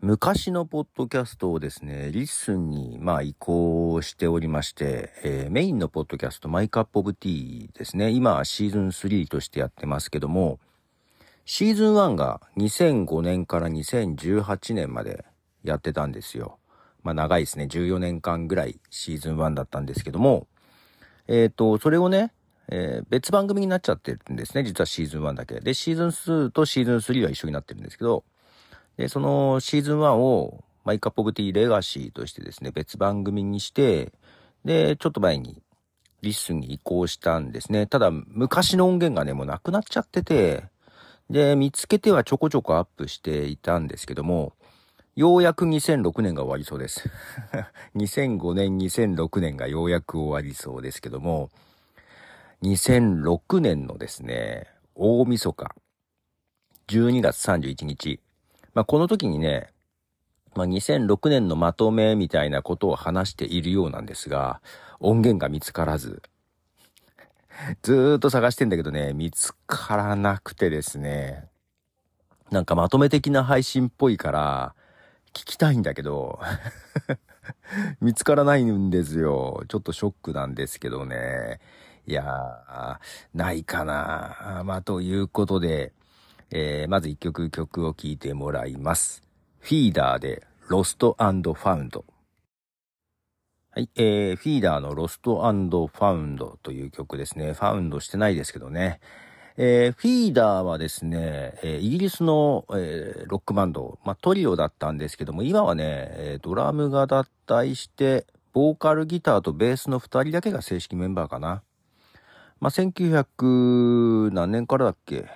昔のポッドキャストをですね、リッスンに移行しておりまして、メインのポッドキャストマイカップオブティーですね。今シーズン3としてやってますけども、シーズン1が2005年から2018年までやってたんですよ。長いですね。14年間ぐらいシーズン1だったんですけども、それをね、別番組になっちゃってるんですね。実はシーズン1だけ。で、シーズン2とシーズン3は一緒になってるんですけど、で、そのシーズン1をマイカップオブティーレガシーとしてですね、別番組にして、で、ちょっと前にリッスンに移行したんですね。ただ、昔の音源がね、もうなくなっちゃってて、で、見つけてはちょこちょこアップしていたんですけども、ようやく2006年が終わりそうです。2005年、2006年がようやく終わりそうですけども、2006年のですね、大晦日、12月31日、この時にね、2006年のまとめみたいなことを話しているようなんですが、音源が見つからず、ずーっと探してんだけどね、見つからなくてですね、なんかまとめ的な配信っぽいから、聞きたいんだけど、見つからないんですよ。ちょっとショックなんですけどね。いやー、ないかな。ということで、まず一曲を聴いてもらいます。フィーダーでロスト&ファウンド。はい、フィーダーのロスト&ファウンドという曲ですね。ファウンドしてないですけどね。フィーダーはですね、イギリスの、ロックバンド、トリオだったんですけども、今はね、ドラムが脱退して、ボーカルギターとベースの2人だけが正式メンバーかな。1900何年からだっけ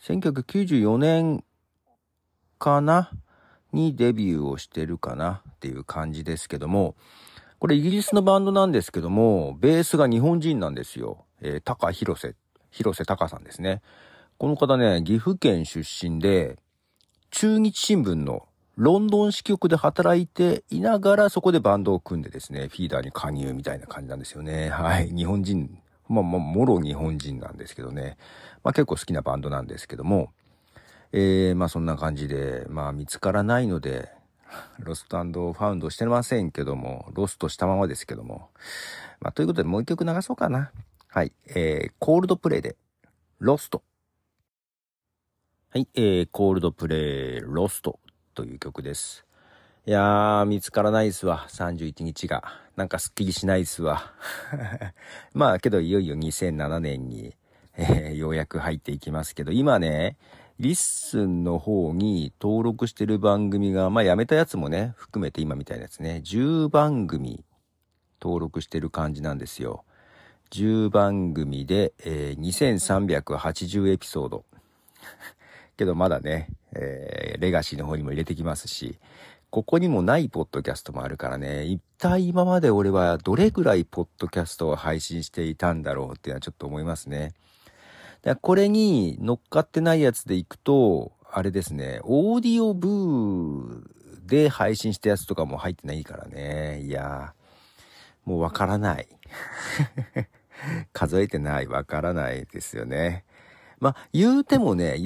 ?1994 年かなにデビューをしてるかなっていう感じですけども、これイギリスのバンドなんですけども、ベースが日本人なんですよ。広瀬隆さんですね。この方ね、岐阜県出身で、中日新聞のロンドン支局で働いていながらそこでバンドを組んでですね、フィーダーに加入みたいな感じなんですよね。はい。日本人、もろ日本人なんですけどね。結構好きなバンドなんですけども、そんな感じで、見つからないので、ロスト&ファウンドしてませんけども、ロストしたままですけども。ということでもう一曲流そうかな。はい。コールドプレイで、ロスト。はい。コールドプレイ、ロストという曲です。いやー、見つからないっすわ。31日が。なんかスッキリしないっすわ。けどいよいよ2007年に、ようやく入っていきますけど、今ね、リッスンの方に登録してる番組が、やめたやつもね、含めて今みたいなやつね、10番組登録してる感じなんですよ。10番組で、2380エピソード。けどまだね、レガシーの方にも入れてきますし、ここにもないポッドキャストもあるからね、一体今まで俺はどれぐらいポッドキャストを配信していたんだろうっていうのはちょっと思いますね。これに乗っかってないやつでいくと、あれですね、オーディオブーで配信したやつとかも入ってないからね。いやー、もうわからない。数えてない、わからないですよね。言うてもね、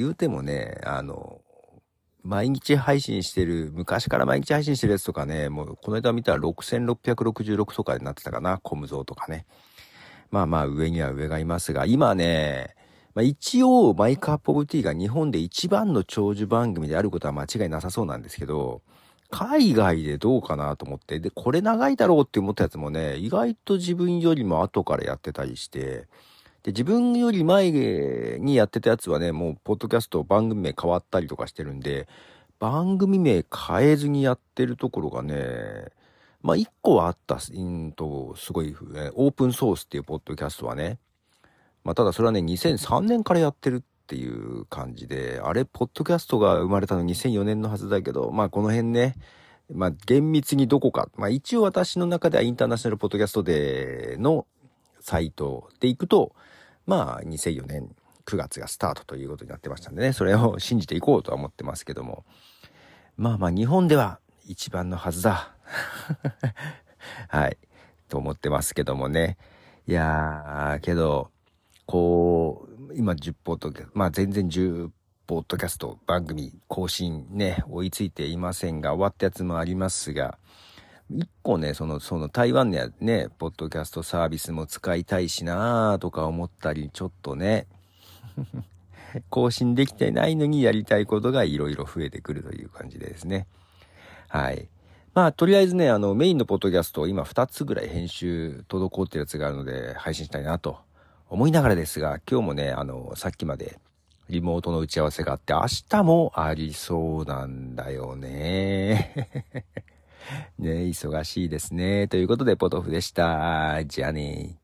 毎日配信してる、昔から毎日配信してるやつとかね、もうこの間見たら6666とかになってたかな、コムゾーとかね。上には上がいますが、今ね、一応マイクアップオブティーが日本で一番の長寿番組であることは間違いなさそうなんですけど、海外でどうかなと思って、で、これ長いだろうって思ったやつもね、意外と自分よりも後からやってたりして、で、自分より前にやってたやつはね、もう、ポッドキャスト番組名変わったりとかしてるんで、番組名変えずにやってるところがね、一個はあった、すごい、オープンソースっていうポッドキャストはね、ただそれはね、2003年からやってるっていう感じで、あれ、ポッドキャストが生まれたの2004年のはずだけど、この辺ね、厳密にどこか、一応私の中ではインターナショナルポッドキャストでのサイトで行くと、2004年9月がスタートということになってましたんでね、それを信じていこうとは思ってますけども。日本では一番のはずだ。はい。と思ってますけどもね。いやー、けど、今10ポッドキャスト、全然10 ポッドキャスト番組更新ね、追いついていませんが、終わったやつもありますが、一個ね、その台湾のね、ポッドキャストサービスも使いたいしなとか思ったり、ちょっとね、更新できてないのにやりたいことがいろいろ増えてくるという感じでですね。はい。まあ、とりあえずね、メインのポッドキャスト、今2つぐらい編集滞ってるやつがあるので、配信したいなと思いながらですが、今日もね、さっきまでリモートの打ち合わせがあって、明日もありそうなんだよね。ね、忙しいですね。ということで、ポトフでした。じゃあね。